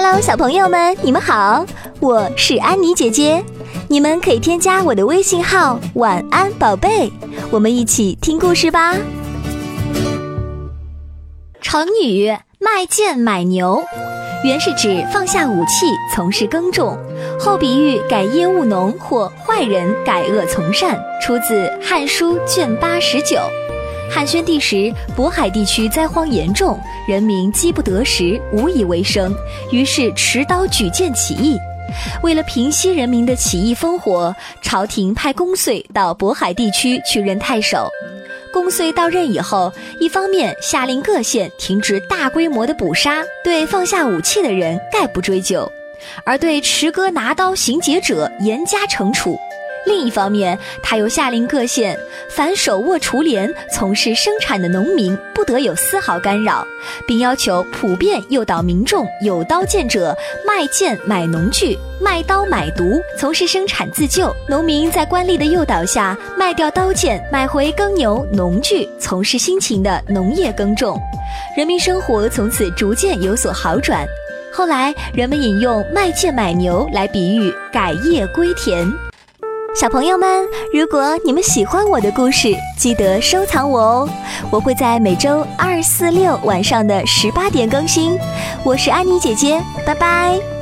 Hello， 小朋友们，你们好，我是安妮姐姐。你们可以添加我的微信号“晚安宝贝”，我们一起听故事吧。成语卖贱买牛，原是指放下武器从事耕种，后比喻改业务农或坏人改恶从善，出自《汉书》卷89。汉宣帝时，渤海地区灾荒严重，人民饥不得食，无以为生，于是持刀举剑起义。为了平息人民的起义烽火，朝廷派公遂到渤海地区去任太守。公遂到任以后，一方面下令各县停止大规模的捕杀，对放下武器的人概不追究，而对持戈拿刀行劫者严加惩处。另一方面，他又下令各县凡手握锄镰从事生产的农民不得有丝毫干扰，并要求普遍诱导民众有刀剑者卖剑买农具，卖刀买毒，从事生产自救。农民在官吏的诱导下卖掉刀剑，买回耕牛农具，从事辛勤的农业耕种，人民生活从此逐渐有所好转。后来人们引用卖剑买牛来比喻改业归田。小朋友们，如果你们喜欢我的故事，记得收藏我哦，我会在每周2、4、6晚上的18点更新。我是安妮姐姐，拜拜。